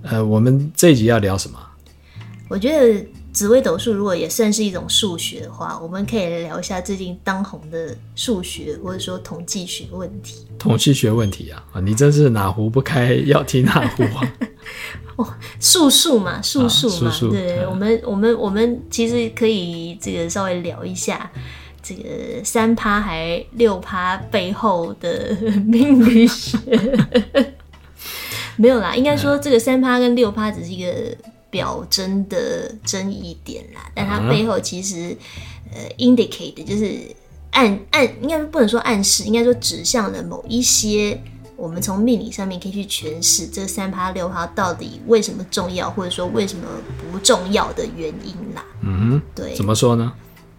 我们这一集要聊什么？ 我觉得紫微斗数如果也算是一种数学的话，我们可以聊一下最近当红的数学或者说统计学问题。 统计学问题啊，你真是哪壶不开要提哪壶啊！ 数嘛，对、 我们其实可以这个稍微聊一下这个3%还6%背后的命理学。没有啦，应该说这个3%跟6%只是一个表征的争议点啦，但它背后其实indicate 就是应该不能说暗示，应该说指向了某一些我们从命理上面可以去诠释这3%、6%到底为什么重要，或者说为什么不重要的原因啦。对， 怎么说呢？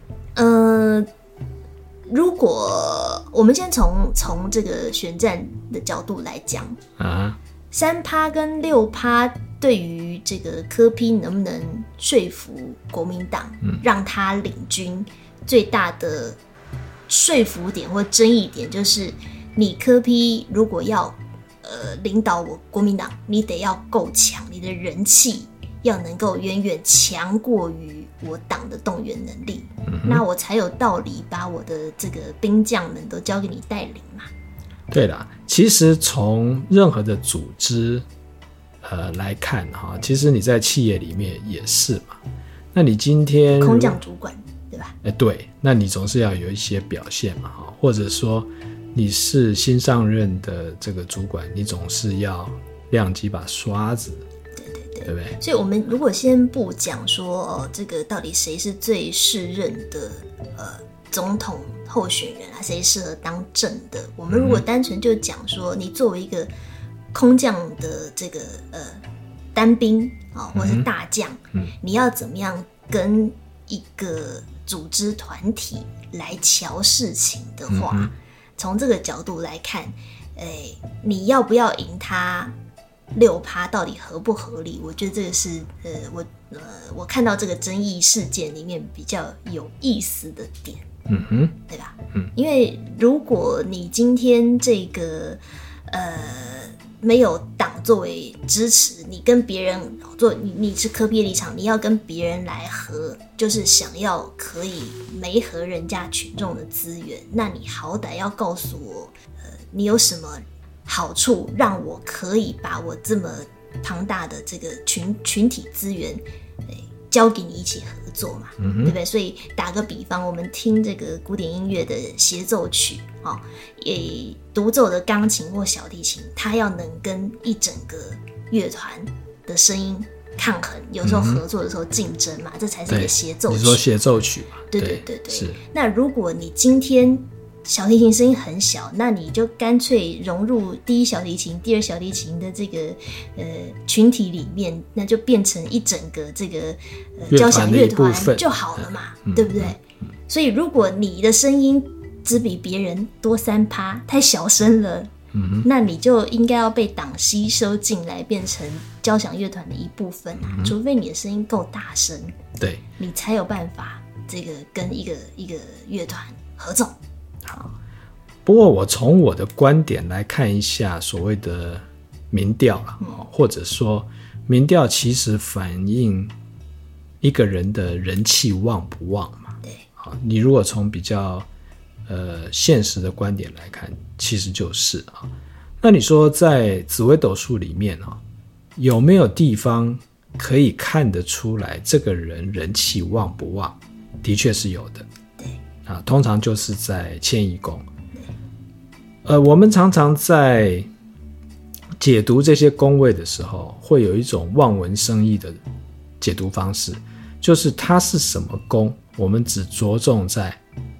如果我们先从这个选战的角度来讲，3%跟6%对于这个柯 P 能不能说服国民党，让他领军，最大的说服点或争议点就是你柯 P 如果要领导我国民党，你得要够强，你的人气要能够远远强过于我党的动员能力，那我才有道理把我的这个兵将们都交给你带领嘛。 对啦，其实从任何的组织来看哈，其实你在企业里面也是嘛。那你今天空降主管对吧？ 对，那你总是要有一些表现嘛，或者说你是新上任的这个主管，你总是要亮几把刷子，对不对？ 所以我们如果先不讲说这个到底谁是最适任的总统候选人啊，谁适合当正的，我们如果单纯就讲说你作为一个空降的这个单兵或是大将，你要怎么样跟一个组织团体来瞧事情的话，从这个角度来看，你要不要赢他6%到底合不合理？我觉得这个是我看到这个争议事件里面比较有意思的点，对吧？因为如果你今天这个没有党作为支持，你跟别人你是柯 P 立场，你要跟别人来合，就是想要可以媒合人家群众的资源，那你好歹要告诉我，你有什么好处让我可以把我这么庞大的这个群体资源交给你一起合作嘛，对不对？所以打个比方，我们听这个古典音乐的协奏曲独奏的钢琴或小提琴，它要能跟一整个乐团的声音抗衡，有时候合作的时候竞争嘛，这才是一个协奏曲。 你说协奏曲嘛？ 对， 是。 那如果你今天小提琴声音很小，那你就干脆融入第一小提琴、第二小提琴的这个群体里面，那就变成一整个这个交响乐团就好了嘛，对不对？所以如果你的声音只比别人多3%，太小声了，那你就应该要被党吸收进来，变成交响乐团的一部分啊，除非你的声音够大声， 对，你才有办法这个跟一个乐团合奏。 好，不过我从我的观点来看一下所谓的民调或者说民调其实反映一个人的人气旺不旺嘛。 对， 你如果从比较现实的观点来看，其实就是那你说在紫微斗数里面有没有地方可以看得出来这个人人气旺不旺？的确是有的。通常就是在迁移宫。我们常常在解读这些宫位的时候，会有一种望文生义的解读方式，就是它是什么宫，我们只着重在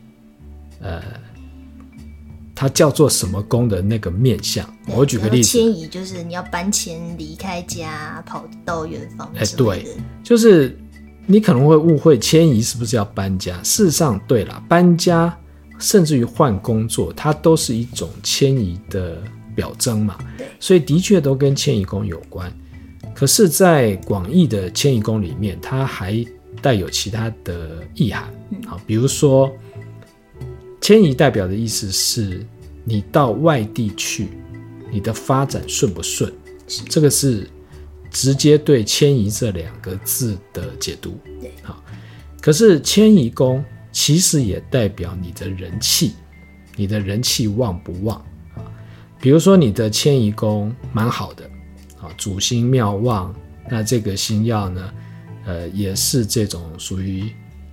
它叫做什么宫的那个面向。我举个例子， 迁移就是你要搬迁离开家跑到远方之类的。 对，就是你可能会误会迁移是不是要搬家，事实上对啦，搬家甚至于换工作，它都是一种迁移的表征嘛，所以的确都跟迁移宫有关。可是在广义的迁移宫里面，它还带有其他的意涵。比如说迁移代表的意思是你到外地去，你的发展顺不顺，这个是直接对迁移这2个字的解读。 对， 好，可是迁移宫其实也代表你的人气，你的人气旺不旺啊？比如说你的迁移宫蛮好的啊，主星妙旺，那这个星曜呢，也是这种属于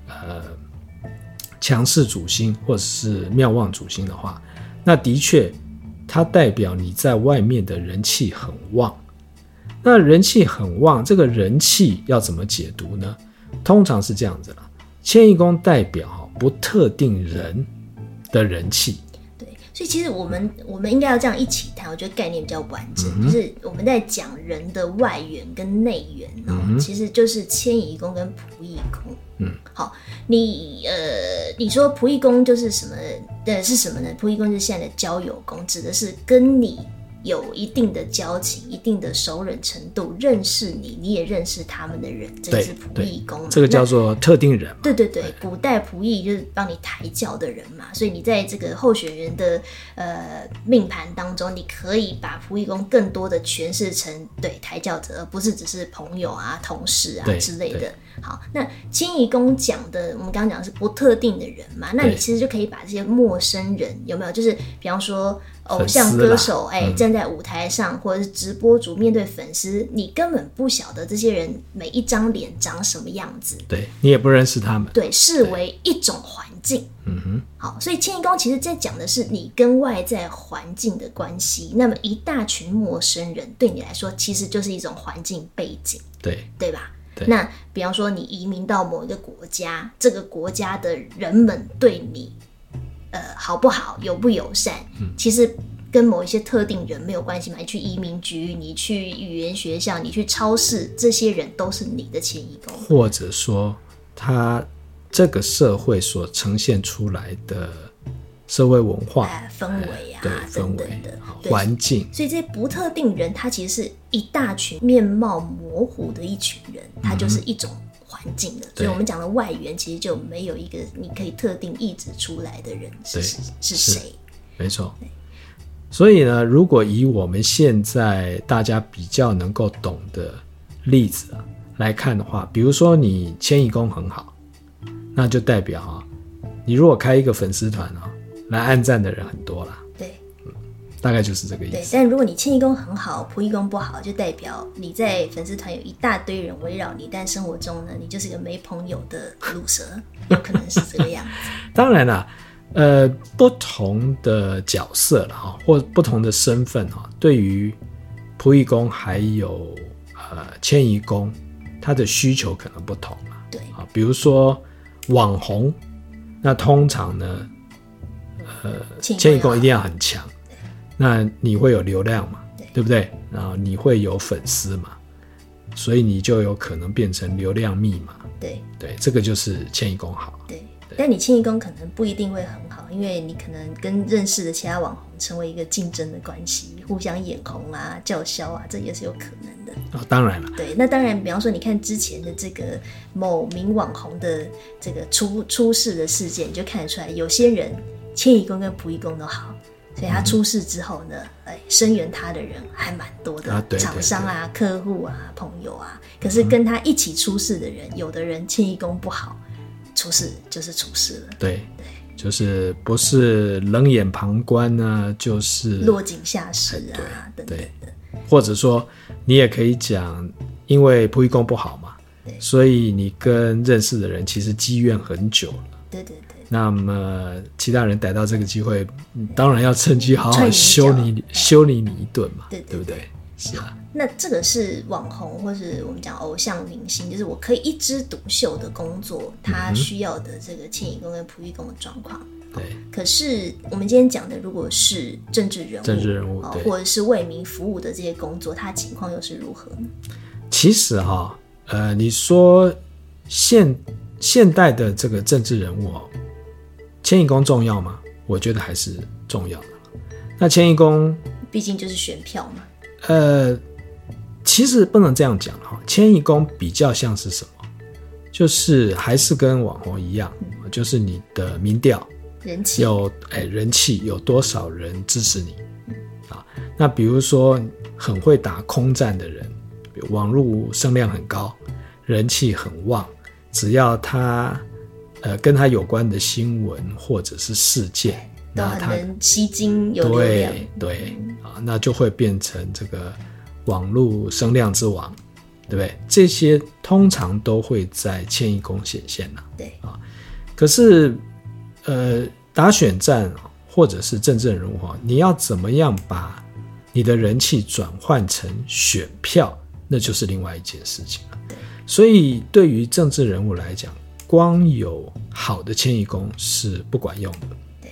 强势主星或者是妙旺主星的话，那的确它代表你在外面的人气很旺。那人气很旺，这个人气要怎么解读呢？通常是这样子啦，迁移宫代表不特定人的人气。 对，所以其实我们应该要这样一起谈，我觉得概念比较完整。就是我们在讲人的外缘跟内缘其实就是迁移宫跟仆役宫。好，你说仆役宫就是什么？是什么呢？仆役宫是现在的交友宫，指的是跟你有一定的交情、一定的熟人程度，认识你，你也认识他们的人，这个是仆役宫嘛。 这个叫做特定人嘛。 对对对，古代仆役就是帮你抬轿的人嘛，所以你在这个候选人的命盘当中，你可以把仆役宫更多的诠释成对抬轿者，而不是只是朋友啊、同事啊之类的。好，那迁移宫讲的，我们刚刚讲的是不特定的人嘛，那你其实就可以把这些陌生人有没有，就是比方说偶像歌手站在舞台上，或者是直播主面对粉丝，你根本不晓得这些人每一张脸长什么样子， 对，你也不认识他们， 对，视为一种环境。好，所以迁移宫其实在讲的是你跟外在环境的关系，那么一大群陌生人对你来说其实就是一种环境背景，对吧？那比方说你移民到某一个国家，这个国家的人们对你好不好，友不友善，其实跟某一些特定人没有关系嘛。你去移民局，你去语言学校，你去超市，这些人都是你的迁移宫，或者说他这个社会所呈现出来的社会文化、 氛围啊， 等等的环境。 所以这些不特定人，他其实是一大群面貌模糊的一群人，他就是一种环境的。所以我们讲的外缘，其实就没有一个你可以特定抑制出来的人是谁。 没错。所以呢，如果以我们现在大家比较能够懂的例子来看的话，比如说你迁移宫很好，那就代表你如果开一个粉丝团来按赞的人很多啦。 对， 大概就是这个意思。 对，但如果你迁移宫很好，仆役宫不好，就代表你在粉丝团有一大堆人围绕你，但生活中呢，你就是个没朋友的鲁蛇，有可能是这个样子。 当然啦，不同的角色啦，或不同的身份对于仆役宫还有迁移宫，它的需求可能不同啦。 对， 比如说网红，那通常呢，迁移宫一定要很强，那你会有流量嘛，对不对？然后你会有粉丝嘛，所以你就有可能变成流量密码。 对， 这个就是迁移宫好。 对，但你迁移宫可能不一定会很好，因为你可能跟认识的其他网红成为一个竞争的关系，互相眼红啊、叫嚣啊，这也是有可能的。 当然了。 对，那当然，比方说你看之前的这个某名网红的这个出事的事件，你就看得出来，有些人迁移宫跟仆役宫都好，所以他出事之后呢，声援他的人还蛮多的，厂商啊、客户啊、朋友啊。可是跟他一起出事的人，有的人迁移宫不好，出事就是出事了。对， 就是不是冷眼旁观呢，就是落井下石啊，等等的。 或者说，你也可以讲，因为仆役宫不好嘛，所以你跟认识的人其实积怨很久了。对。那么其他人逮到这个机会，当然要趁机好好修理你一顿嘛，对不对？是啊。 那这个是网红或是我们讲偶像明星，就是我可以一枝独秀的工作，他需要的这个迁移宫跟仆役宫的状况。 对。可是我们今天讲的，如果是政治人物或者是为民服务的这些工作，他情况又是如何呢？ 其实你说现代的这个政治人物迁移宫重要吗？我觉得还是重要的。那迁移宫毕竟就是选票嘛。 其实不能这样讲迁移宫比较像是什么？就是还是跟网红一样，就是你的民调人气人气有多少人支持你那比如说很会打空战的人， 比如网络声量很高，人气很旺，只要他跟他有关的新闻或者是事件， 都很能吸睛有流量， 对那就会变成这个网络声量之王，对不对？这些通常都会在迁移宫显现对可是打选战或者是政治人物你要怎么样把你的人气转换成选票，那就是另外一件事情了。所以对于政治人物来讲，光有好的迁移宫是不管用的。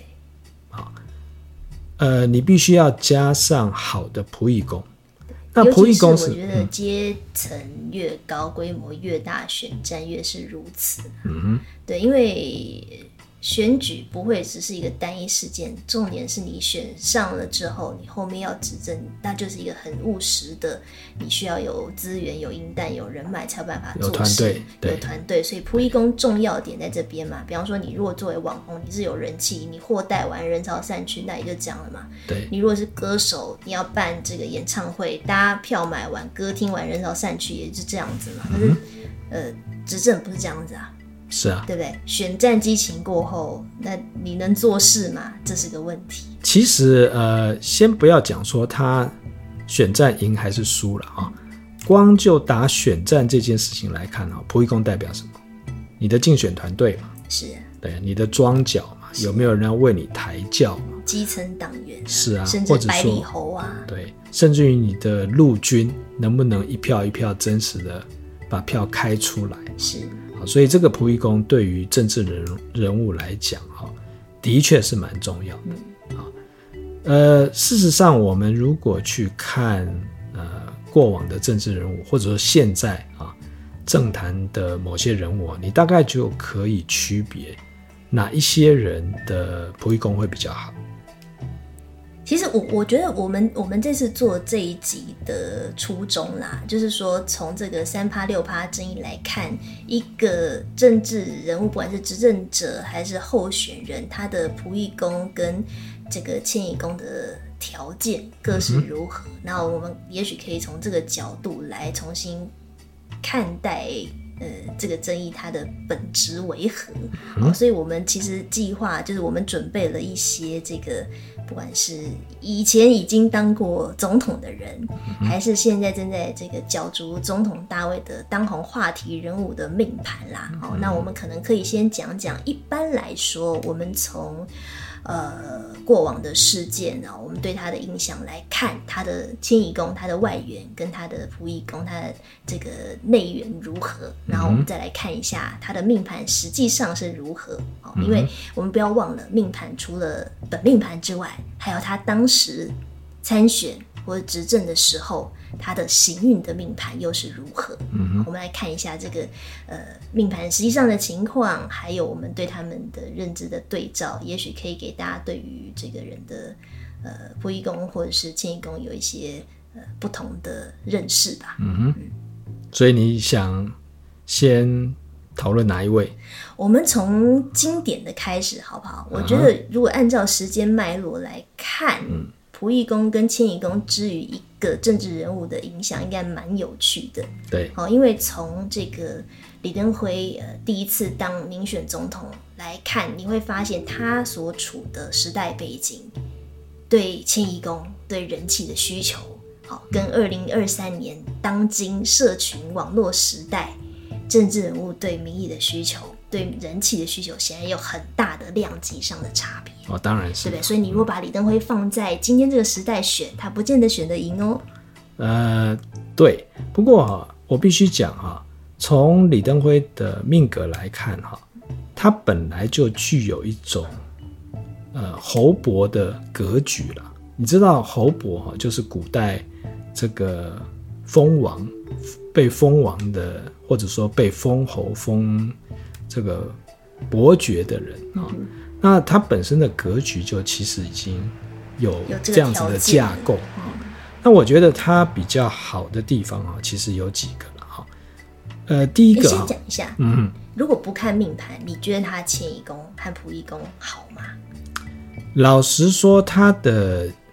你必须要加上好的仆役宫。那仆役宫是我觉得阶层越高，规模越大，选战越是如此。对，因为选举不会只是一个单一事件，重点是你选上了之后，你后面要执政，那就是一个很务实的，你需要有资源、有银弹、有人脉才有办法做事，有团队。所以仆役宫重要点在这边嘛。比方说，你如果作为网红，你是有人气，你货带完人潮散去，那也就这样了嘛。 对， 你如果是歌手，你要办这个演唱会，大家票买完，歌听完，人潮散去，也是这样子嘛。可是执政不是这样子啊。 是啊， 对不对？选战激情过后，那你能做事吗？这是个问题。 其实先不要讲说他选战赢还是输了光就打选战这件事情来看仆役宫代表什么？你的竞选团队嘛， 是对你的庄脚嘛，有没有人要为你抬轿嘛？ 基层党员是啊， 甚至百里侯啊， 对，甚至于你的陆军能不能一票一票真实的把票开出来？ 是。 所以这个仆役宫对于政治人物来讲的确是蛮重要的。事实上我们如果去看过往的政治人物，或者说现在政坛的某些人物，你大概就可以区别哪一些人的仆役宫会比较好。 其实我觉得我们这次做这一集的初衷啦，就是说从这个3%、6%争议来看，一个政治人物，不管是执政者还是候选人，他的仆役宫跟这个迁移宫的条件各是如何。那我们也许可以从这个角度来重新看待这个争议它的本质为何。所以我们其实计划就是我们准备了一些这个不管是以前已经当过总统的人，还是现在正在这个角逐总统大位的当红话题人物的命盘啦。那我们可能可以先讲讲，一般来说我们从过往的事件我们对他的印象来看，他的迁移宫、他的外缘跟他的仆役宫，他的这个内缘如何，然后我们再来看一下他的命盘实际上是如何。因为我们不要忘了，命盘除了本命盘之外，还有他当时参选或者执政的时候他的行运的命盘又是如何。我们来看一下这个命盘实际上的情况，还有我们对他们的认知的对照，也许可以给大家对于这个人的仆役宫或者是迁移宫有一些不同的认识吧。 所以你想先讨论哪一位？ 我们从经典的开始好不好？我觉得如果按照时间脉络来看，仆役宫跟迁移宫之于一个政治人物的影响应该蛮有趣的。 对， 因为从这个李登辉第一次当民选总统来看，你会发现他所处的时代背景对迁移宫对人气的需求跟2023年当今社群网络时代政治人物对民意的需求、对人气的需求，显然有很大的量级上的差别。 当然是， 对不对？所以你如果把李登辉放在今天这个时代选，他不见得选得赢哦。 对。不过我必须讲从李登辉的命格来看他本来就具有一种侯伯的格局了。你知道侯伯就是古代这个封王被封王的，或者说被封侯封这个伯爵的人那他本身的格局就其实已经有这样子的架构。那我觉得他比较好的地方其实有几个了第一个先讲一下如果不看命盘，你觉得他迁移宫和仆役宫好吗？ 老实说，他的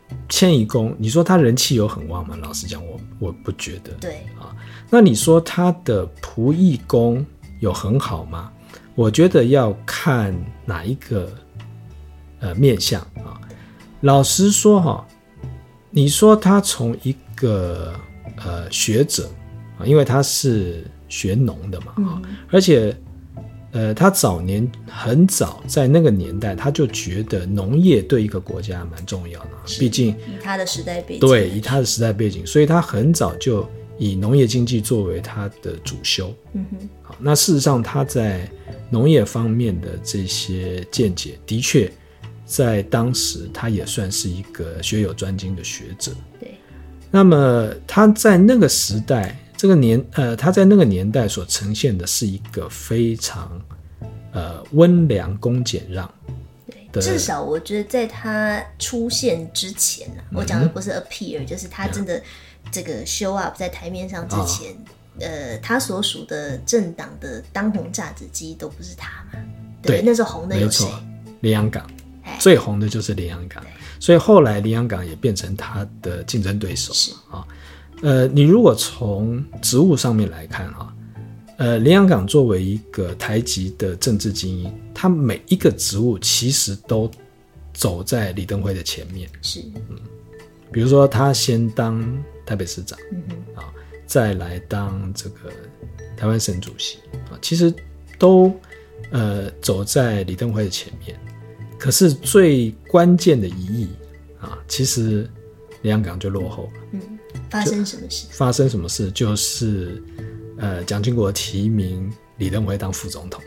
迁移宫，你说他人气有很旺吗？老实讲，我不觉得。 对啊，那你说他的仆役宫有很好吗？我觉得要看哪一个面向啊。老实说哈，你说他从一个学者啊，因为他是学农的嘛啊，而且他很早在那个年代，他就觉得农业对一个国家蛮重要的，毕竟以他的时代背景， 对，以他的时代背景，所以他很早就以农业经济作为他的主修。好，那事实上他在农业方面的这些见解，的确在当时他也算是一个学有专精的学者。 对， 那么他在那个时代。他在那个年代所呈现的是一个非常温良恭俭让。 对，至少我觉得在他出现之前啊，我讲的不是 appear，就是他真的这个 show up 在台面上之前，他所属的政党的当红炸子鸡都不是他嘛？对，那时候红的有谁？ 林洋港，最红的就是林洋港，所以后来林洋港也变成他的竞争对手。 是啊。你如果从职务上面来看哈，林洋港作为一个台籍的政治精英，他每一个职务其实都走在李登辉的前面。 是， 比如说他先当台北市长，再来当这个台湾省主席啊，其实都走在李登辉的前面。可是最关键的一役啊，其实林洋港就落后了。 发生什么事？ 发生什么事？就是蒋经国提名李登辉当副总统。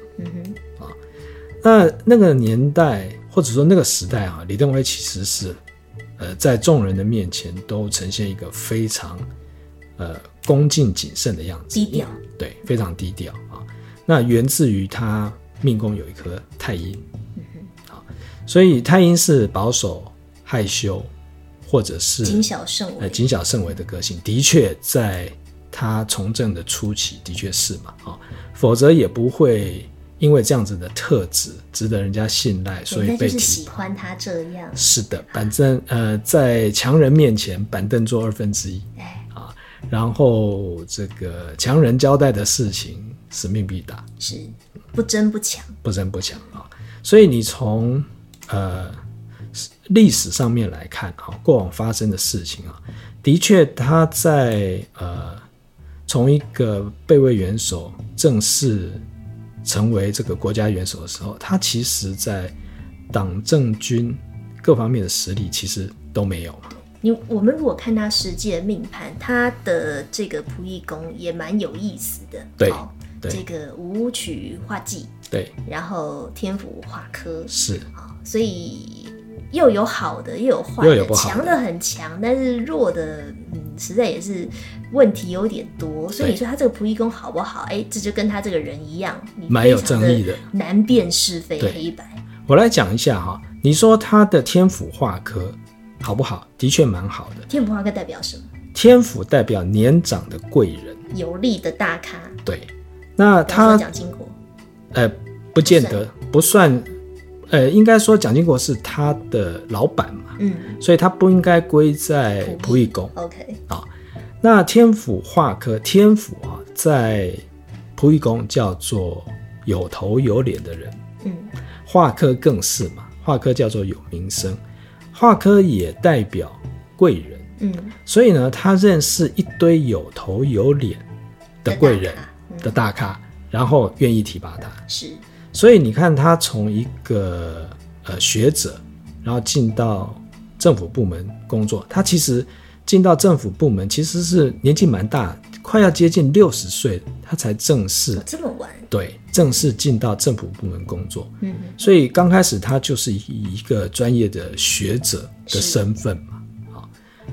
那个年代或者说那个时代啊，李登辉其实是在众人的面前都呈现一个非常恭敬谨慎的样子， 低调。 对，非常低调啊。那源自于他命宫有一颗太阴，所以太阴是保守害羞。或者是谨小慎微， 谨小慎微的个性，的确在他从政的初期的确是嘛，否则也不会因为这样子的特质值得人家信赖，所以被提拔。 喜欢他这样。 是的，反正在强人面前板凳坐1/2啊，然后这个强人交代的事情使命必达， 是不争不抢， 不争不抢啊。所以你从历史上面来看，过往发生的事情啊，的确他在从一个备位元首正式成为这个国家元首的时候，他其实在党政军各方面的实力其实都没有。 我们如果看他实际的命盘，他的这个仆役宫也蛮有意思的。 对， 这个武曲化忌，对，然后天府化科， 是， 所以又有好的，又有坏的，强的很强，但是弱的，实在也是问题有点多。所以你说他这个仆役宫好不好？这就跟他这个人一样， 蛮有争议的， 难辨是非黑白。 我来讲一下哈，你说他的天府化科好不好？的确蛮好的。 天府化科代表什么？ 天府代表年长的贵人， 有力的大咖。 对，那他蒋经国， 不见得，不算。应该说蒋经国是他的老板嘛，所以他不应该归在仆役宫。 OK， 那天府化科，天府啊，在仆役宫叫做有头有脸的人，化科更是嘛，化科叫做有名声，化科也代表贵人，所以呢，他认识一堆有头有脸的贵人的大咖，然后愿意提拔他， 是。 所以你看他从一个学者，然后进到政府部门工作，他其实进到政府部门其实是年纪蛮大，快要接近60岁，他才正式这么晚， 对，正式进到政府部门工作。所以刚开始他就是以一个专业的学者的身份嘛，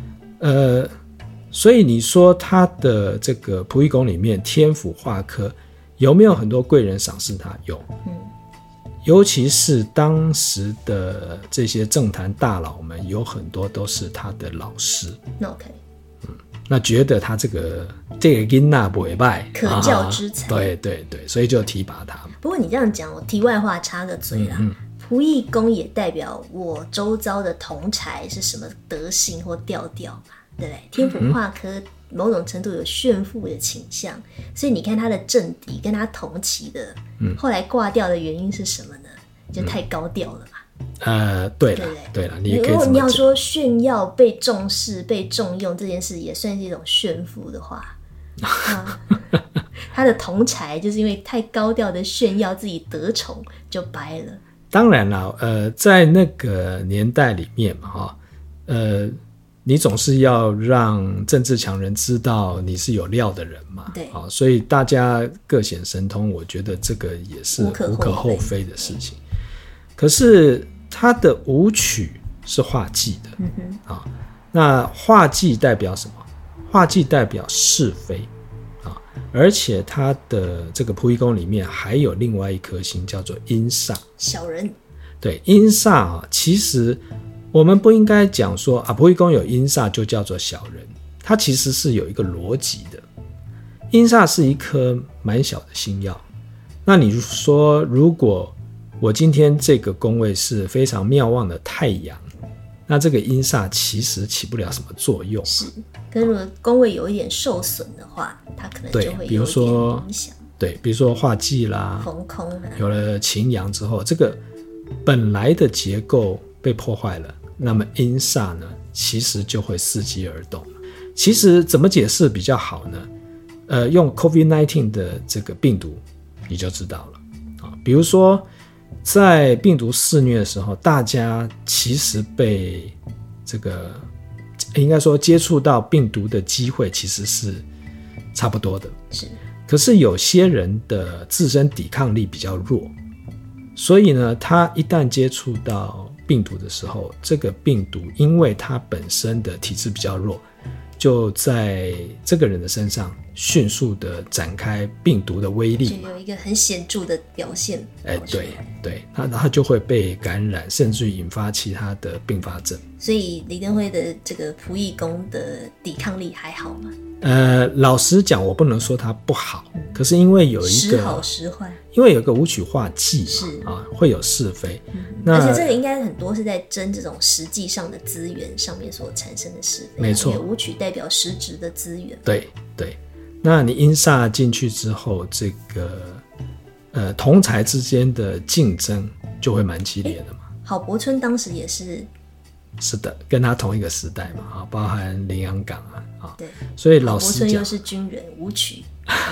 所以你说他的这个仆役宫里面天府化科有没有很多贵人赏识他？有，尤其是当时的这些政坛大佬们，有很多都是他的老师。 OK， 那觉得他这个囡仔不错， 可教之才， 对对对，所以就提拔他。 不过你这样讲，我题外话插个嘴啦。 仆役宫也代表我周遭的同侪是什么德性或调调嘛，对不对？天府画科某种程度有炫富的倾向，所以你看他的政敌跟他同期的，后来挂掉的原因是什么呢？就太高调了嘛。 对了，你也可以这么讲。如果你要说炫耀、被重视、被重用这件事，也算是一种炫富的话，他的同侪就是因为太高调的炫耀自己得宠，就掰了。 当然啦，在那个年代里面嘛，你总是要让政治强人知道你是有料的人嘛， 对， 所以大家各显神通，我觉得这个也是无可厚非的事情。可是它的武曲是化忌的，那化忌代表什么？化忌代表是非而且它的这个仆役宫里面还有另外一颗星叫做阴煞， 小人。 对，阴煞其实我们不应该讲说仆役宫有阴煞就叫做小人，它其实是有一个逻辑的。阴煞是一颗蛮小的星曜，那你说如果我今天这个宫位是非常妙望的太阳，那这个阴煞其实起不了什么作用。 是，可是如果宫位有一点受损的话，它可能就会有一点影响。 对，比如说化忌啦， 逢空啦， 有了擎羊之后，这个本来的结构被破坏了，那么阴煞呢，其实就会伺机而动。其实怎么解释比较好呢？用 COVID-19 的这个病毒你就知道了比如说在病毒肆虐的时候，大家其实被这个应该说接触到病毒的机会其实是差不多的， 是。 可是有些人的自身抵抗力比较弱，所以呢，他一旦接触到病毒的时候，这个病毒因为它本身的体质比较弱，就在这个人的身上迅速的展开病毒的威力， 就有一个很显著的表现。 对，他就会被感染，甚至于引发其他的并发症。 所以李登辉的这个仆役宫的抵抗力还好吗？ 老实讲，我不能说它不好，可是因为有一个时好时坏， 因为有个武曲化忌会有是非。 而且这个应该很多是在争这种实际上的资源上面所产生的是非。 没错， 因为武曲代表实质的资源。 对，那你阴煞进去之后，这个同侪之间的竞争就会蛮激烈的嘛。 郝柏村当时也是。 是的，跟他同一个时代嘛，包含林洋港对， 所以老实讲， 郝柏村又是军人，武曲。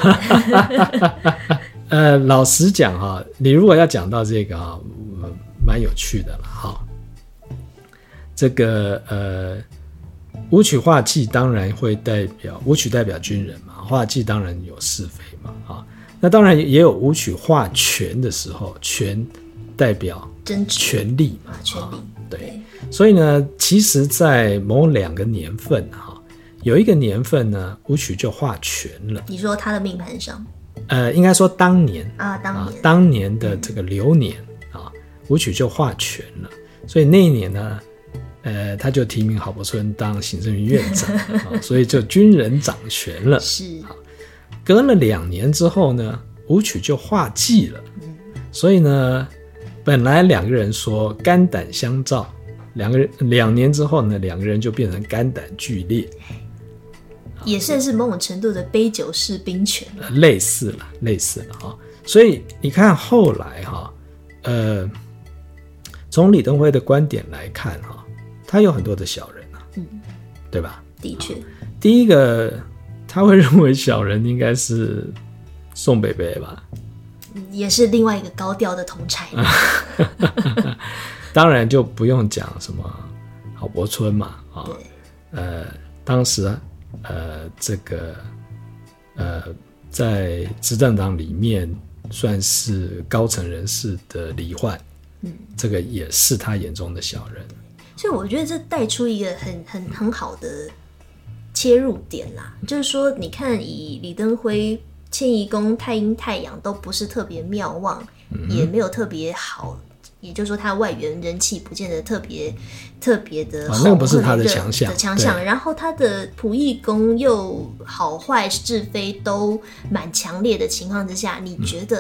老实讲你如果要讲到这个蛮有趣的了这个武曲化忌当然会代表武曲代表军人嘛，化忌当然有是非嘛那当然也有武曲化权的时候，权代表权力嘛， 权力对。所以呢，其实在某2个年份有一个年份呢，武曲就化权了。 你说他的命盘上？ 应该说当年当年的这个流年武曲就化权了。所以那一年呢，他就提名郝柏村当行政院院长所以就军人掌权了。 是。 隔了2年之后呢，武曲就化忌了。 所以呢，本来2个人说肝胆相照，2年之后呢，2个人就变成肝胆俱裂， 也算是某种程度的杯酒释兵权了。 类似了所以你看后来从李登辉的观点来看他有很多的小人对吧？ 的确， 第一个他会认为小人应该是宋北北吧， 也是另外一个高调的同侪当然就不用讲什么郝柏村嘛当时这个在执政党里面算是高层人士的李焕这个也是他眼中的小人。 所以我觉得这带出一个很好的切入点啦，就是说你看以李登辉迁移宫太阴太阳都不是特别妙望，也没有特别好，也就是说他外援人气不见得特别的红， 那个不是他的强项然后他的仆役宫又好坏是非都蛮强烈的情况之下，你觉得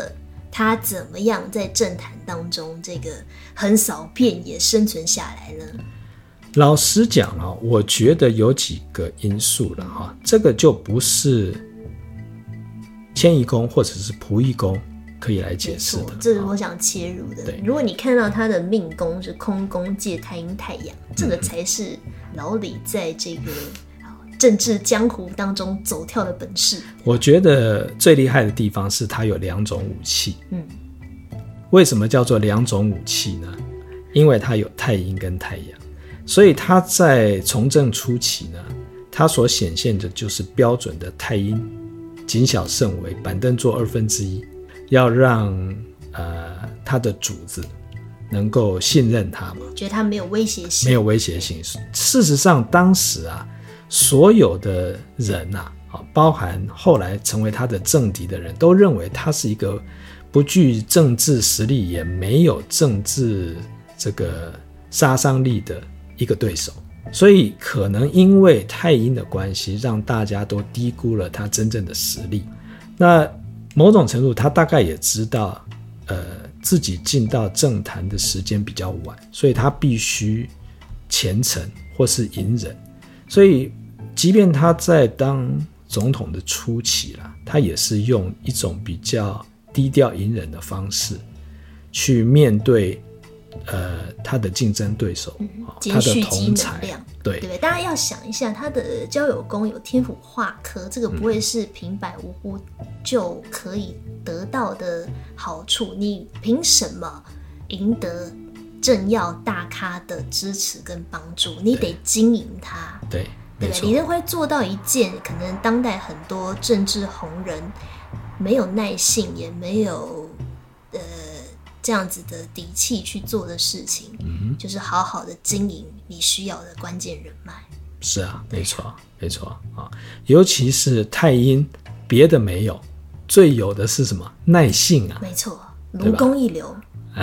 他怎么样在政坛当中这个横扫遍野生存下来呢？ 老实讲啊，我觉得有几个因素了哈，这个就不是迁移宫或者是仆役宫可以来解释的。 这是我想切入的。如果你看到他的命宫是空宫借太阴太阳，这个才是老李在这个政治江湖当中走跳的本事。 我觉得最厉害的地方是他有2种武器。为什么叫做2种武器呢？因为他有太阴跟太阳，所以他在从政初期呢，他所显现的就是标准的太阴谨小慎微，板凳坐1/2，要让他的主子能够信任他嘛， 觉得他没有威胁性。 没有威胁性。事实上当时啊，所有的人啊，包含后来成为他的政敌的人，都认为他是一个不具政治实力也没有政治这个杀伤力的一个对手，所以可能因为太阴的关系，让大家都低估了他真正的实力。那某种程度他大概也知道自己进到政坛的时间比较晚，所以他必须虔诚或是隐忍，所以即便他在当总统的初期啦，他也是用一种比较低调隐忍的方式去面对他的竞争对手，他的同才，对， 大家要想一下，他的交友宫有天府化科，这个不会是平白无故就可以得到的好处。你凭什么赢得政要大咖的支持跟帮助？你得经营它， 对不对？李登辉做到一件可能当代很多政治红人没有耐性，也没有这样子的底气去做的事情，就是好好的经营你需要的关键人脉。 是啊，没错没错啊，尤其是太阴，别的没有，最有的是什么？耐性啊， 没错，卢公一流。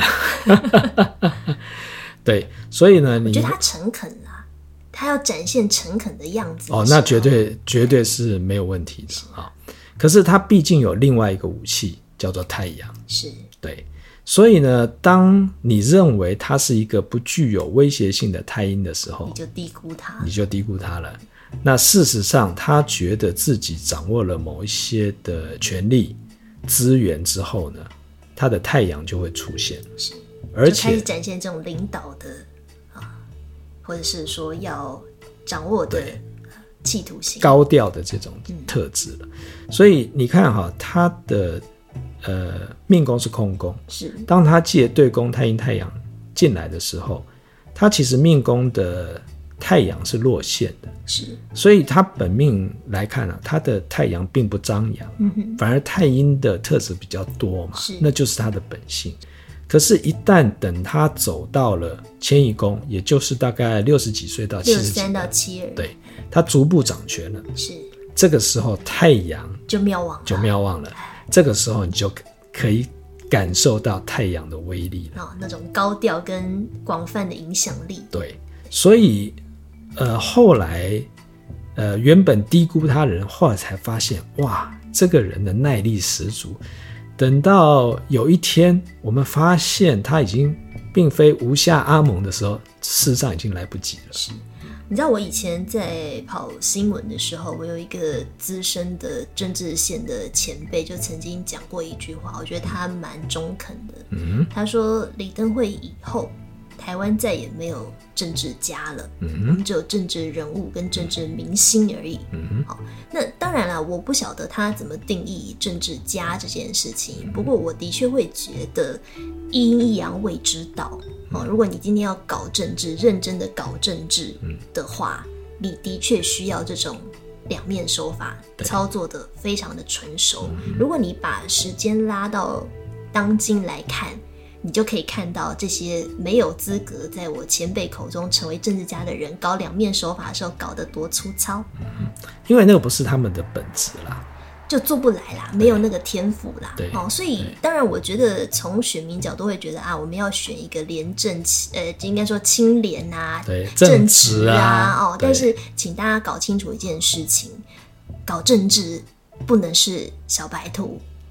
对，所以呢， 我觉得他诚恳啊，他要展现诚恳的样子。 那绝对是没有问题的啊。可是他毕竟有另外一个武器，叫做太阳。 是， 对。所以呢，当你认为他是一个不具有威胁性的太阴的时候， 你就低估他了。 那事实上，他觉得自己掌握了某一些的权力资源之后呢，他的太阳就会出现， 是， 而且就开始展现这种领导的或者是说要掌握的企图心、 高调的这种特质了。所以你看哈，他的命宫是空宫， 是当他借对宫太阴太阳进来的时候，他其实命宫的太阳是落陷的， 是， 所以他本命来看啊，他的太阳并不张扬，反而太阴的特质比较多嘛，那就是他的本性。可是一旦等他走到了迁移宫，也就是大概60几岁到70几岁 63到72， 对，他逐步掌权了， 是， 这个时候太阳就渺望了， 这个时候你就可以感受到太阳的威力了， 那种高调跟广泛的影响力。 对，所以后来原本低估他人，后来才发现，哇，这个人的耐力十足。等到有一天我们发现他已经并非无下阿蒙的时候，事实上已经来不及了。 是，你知道我以前在跑新闻的时候，我有一个资深的政治线的前辈就曾经讲过一句话，我觉得他蛮中肯的。他说李登辉以后台湾再也没有政治家了，我们只有政治人物跟政治明星而已。好，那当然了，我不晓得他怎么定义政治家这件事情，不过我的确会觉得一阴一阳谓之道。如果你今天要搞政治，认真的搞政治的话，你的确需要这种两面手法，操作的非常的纯熟。如果你把时间拉到当今来看，你就可以看到这些没有资格在我前辈口中成为政治家的人搞两面手法的时候搞得多粗糙。 因为那个不是他们的本质啦， 就做不来啦，没有那个天赋啦。所以当然我觉得从选民角度会觉得我们要选一个廉政应该说清廉啊，正直啊，但是请大家搞清楚一件事情，搞政治不能是小白兔，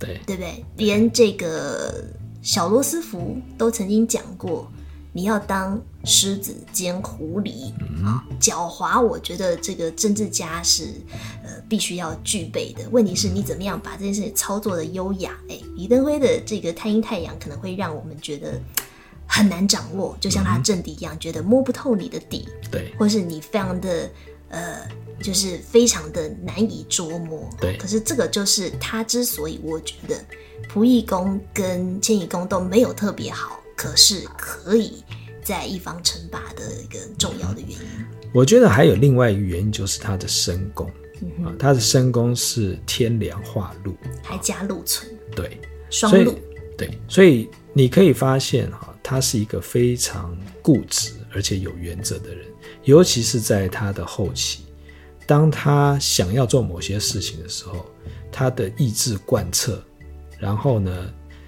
对不对？连这个小罗斯福都曾经讲过，你要当狮子兼狐狸，狡猾，我觉得这个政治家是必须要具备的。问题是你怎么样把这件事情操作的优雅？李登辉的这个太阴太阳可能会让我们觉得很难掌握，就像他政敌一样，觉得摸不透你的底， 对， 或是你非常的就是非常的难以捉摸。 对， 可是这个就是他之所以我觉得仆役宫跟迁移宫都没有特别好，可是可以在一方称霸的一个重要的原因。 我觉得还有另外一个原因，就是他的身宫，他的身宫是天梁化禄， 还加禄存， 对， 双禄， 对，所以你可以发现他是一个非常固执而且有原则的人，尤其是在他的后期，当他想要做某些事情的时候，他的意志贯彻，然后呢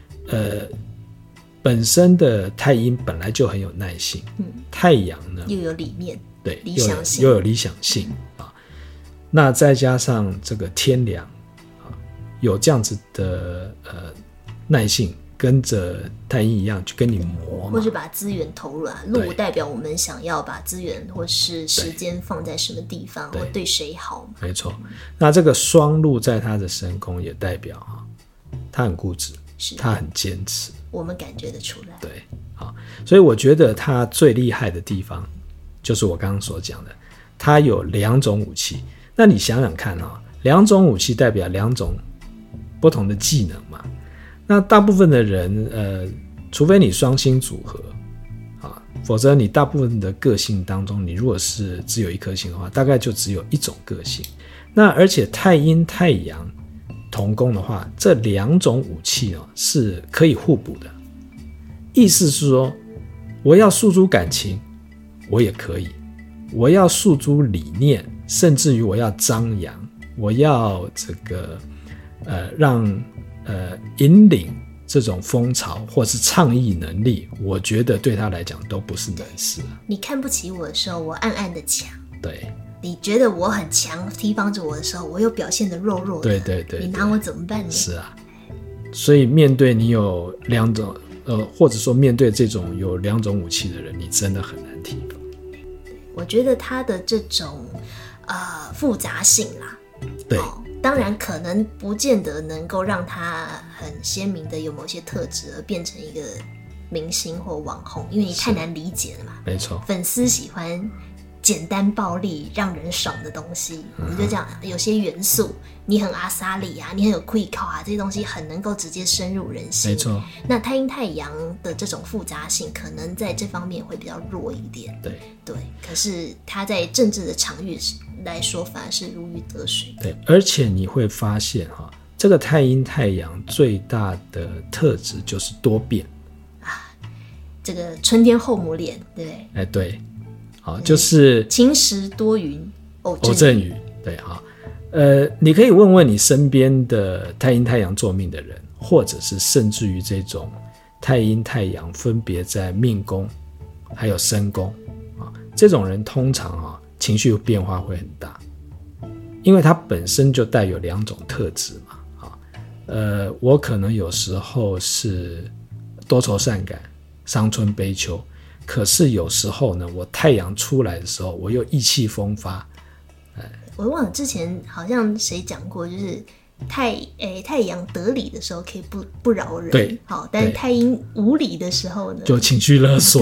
本身的太阴本来就很有耐性，太阳呢又有理念， 对， 理想性又有理想性那再加上这个天梁有这样子的耐性，跟着太阴一样去跟你磨嘛， 或是把资源投入禄代表我们想要把资源或是时间放在什么地方，或对谁好， 没错。那这个双禄在他的身宫也代表他很固执，他很坚持， 我们感觉得出来。 对，所以我觉得他最厉害的地方就是我刚刚所讲的，他有两种武器。那你想想看两种武器代表两种不同的技能嘛。那大部分的人除非你双星组合否则你大部分的个性当中，你如果是只有一颗星的话，大概就只有一种个性。那而且太阴太阳同宫的话，这两种武器是可以互补的。意思是说，我要诉诸感情我也可以，我要诉诸理念，甚至于我要张扬，我要这个让引领这种风潮或是倡议能力，我觉得对他来讲都不是难事。 你看不起我的时候，我暗暗的强， 对， 你觉得我很强，提防着我的时候，我又表现得弱弱的， 对对 对， 你拿我怎么办呢？ 是啊，所以面对你有两种或者说面对这种有两种武器的人，你真的很难提防。 我觉得他的这种复杂性啦， 对， 当然可能不见得能够让他很鲜明的有某些特质而变成一个明星或网红，因为你太难理解了嘛。 没错， 粉丝喜欢简单暴力让人爽的东西，我们就讲有些元素，你很阿萨里啊，你很有愧靠这些东西很能够直接深入人心。 没错。 那太阴太阳的这种复杂性，可能在这方面会比较弱一点。对，可是他在政治的场域来说，反而是如鱼得水。 对，而且你会发现这个太阴太阳最大的特质就是多变这个春天后母脸，对不对？ 对。就是晴时多云偶阵雨， 对你可以问问你身边的太阴太阳坐命的人，或者是甚至于这种太阴太阳分别在命宫还有身宫这种人通常情绪变化会很大，因为他本身就带有两种特质嘛我可能有时候是多愁善感，伤春悲秋，可是有时候呢，我太阳出来的时候，我又意气风发。 我忘了之前好像谁讲过，就是太阳得理的时候可以不饶人， 对， 但太阴无理的时候呢， 就情绪勒索。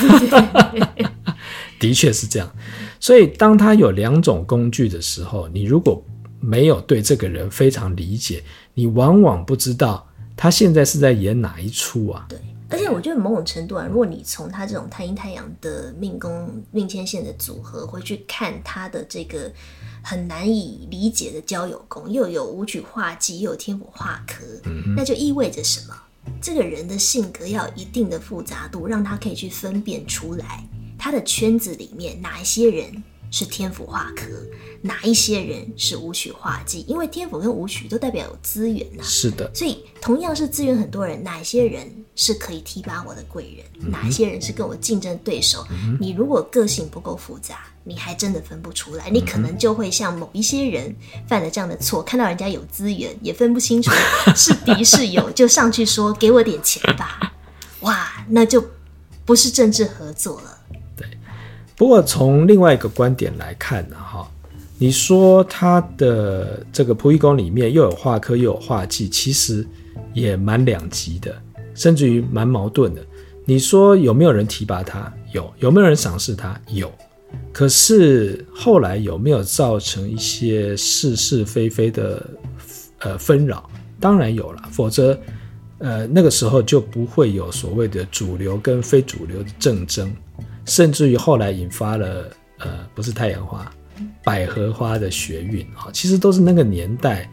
的确是这样。所以当他有两种工具的时候，你如果没有对这个人非常理解，你往往不知道他现在是在演哪一出啊。 对。而且我觉得某种程度如果你从他这种太阴太阳的命宫命牵线的组合回去看他的这个很难以理解的交友宫，又有武曲化忌，又有天府化科，那就意味着什么？这个人的性格要有一定的复杂度，让他可以去分辨出来他的圈子里面哪一些人是天府化科，哪一些人是武曲化忌，因为天府跟武曲都代表有资源啊。 是的， 所以同样是资源很多人，哪一些人是可以提拔我的贵人，哪一些人是跟我竞争对手，你如果个性不够复杂，你还真的分不出来，你可能就会像某一些人犯了这样的错，看到人家有资源也分不清楚是敌是友，就上去说给我点钱吧，哇，那就不是政治合作了。 对，不过从另外一个观点来看呢，你说他的这个仆役宫里面又有化科又有化忌，其实也蛮两极的，甚至于蛮矛盾的。你说有没有人提拔他？有没有人赏识他？有。可是后来有没有造成一些是是非非的纷扰？当然有了，否则那个时候就不会有所谓的主流跟非主流的政争，甚至于后来引发了不是太阳花，百合花的学运，其实都是那个年代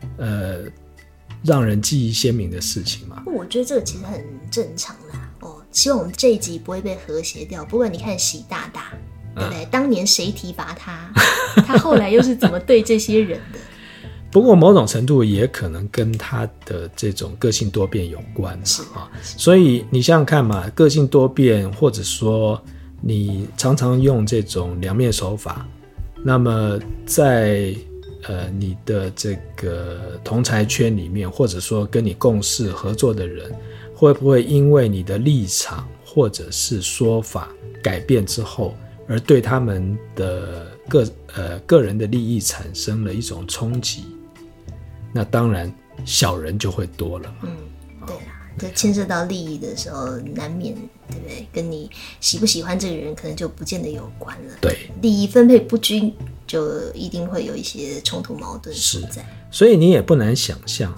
让人记忆鲜明的事情嘛。 我觉得这个其实很正常啦。希望我们这一集不会被和谐掉。不过你看习大大，对不对？当年谁提拔他，他后来又是怎么对这些人的？ 不过某种程度也可能跟他的这种个性多变有关啊。所以你想想看嘛，个性多变，或者说你常常用这种两面手法，那么在你的这个同侪圈里面，或者说跟你共事合作的人，会不会因为你的立场或者是说法改变之后，而对他们的个人的利益产生了一种冲击？那当然小人就会多了嘛。 对啦，这牵涉到利益的时候，难免，对不对？跟你喜不喜欢这个人可能就不见得有关了。 对， 利益分配不均，就一定会有一些冲突矛盾所在。 所以你也不难想象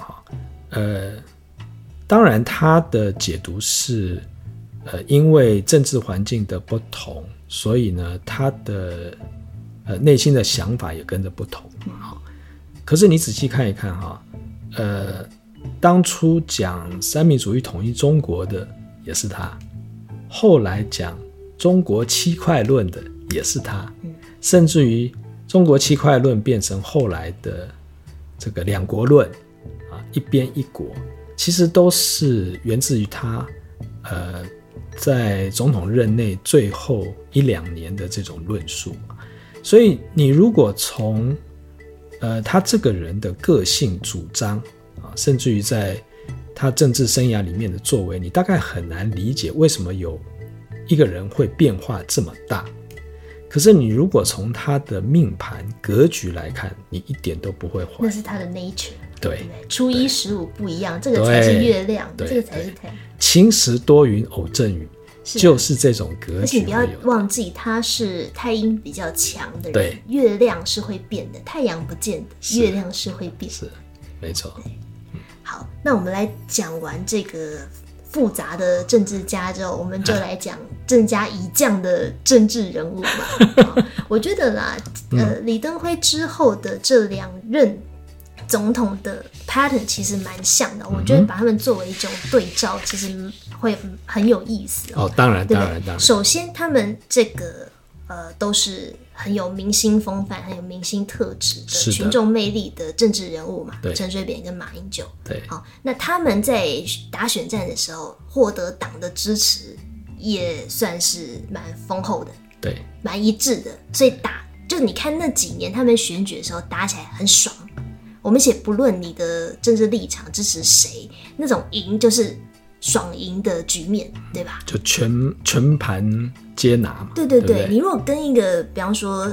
当然他的解读是因为政治环境的不同，所以呢他的内心的想法也跟着不同。可是你仔细看一看当初讲三民主义统一中国的也是他，后来讲中国七块论的也是他，甚至于中国七块论变成后来的这个两国论一边一国，其实都是源自于他在总统任内最后1-2年的这种论述。所以你如果从他这个人的个性主张甚至于在他政治生涯里面的作为，你大概很难理解为什么有一个人会变化这么大。可是你如果从他的命盘格局来看，你一点都不会怀疑， 那是他的 nature。 对， 初一十五不一样，这个才是月亮，这个才是太阳。 晴时多云偶阵雨，就是这种格局。 而且你不要忘记，他是太阴比较强的人，对，月亮是会变的，太阳不见得，月亮是会变的。 是，没错。 好，那我们来讲完这个复杂的政治家之后，我们就来讲郑家一将的政治人物吧。我觉得啦，李登辉之后的这2任总统的 pattern 其实蛮像的，我觉得把他们作为一种对照，其实会很有意思。 当然，当然。 首先，他们这个都是很有明星风范、很有明星特质的群众魅力的政治人物嘛，陈水扁跟马英九。 对， 那他们在打选战的时候获得党的支持，也算是蛮丰厚的， 对， 蛮一致的。所以就你看那几年他们选举的时候打起来很爽。我们且不论你的政治立场支持谁，那种赢就是爽赢的局面，对吧？ 就全盘接拿嘛。 对，你如果跟一个比方说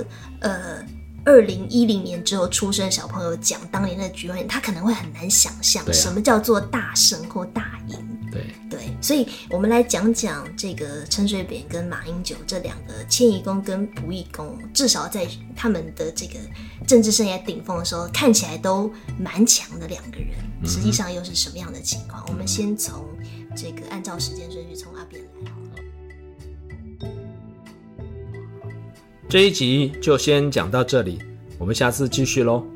2010年之后出生的小朋友讲当年的局面，他可能会很难想象什么叫做大胜或大赢。对，所以我们来讲讲这个陈水扁跟马英九这2个迁移宫跟仆役宫，至少在他们的这个政治生涯顶峰的时候，看起来都蛮强的2个人，实际上又是什么样的情况？我们先从这个按照时间顺序从阿扁来。 这一集就先讲到这里，我们下次继续咯。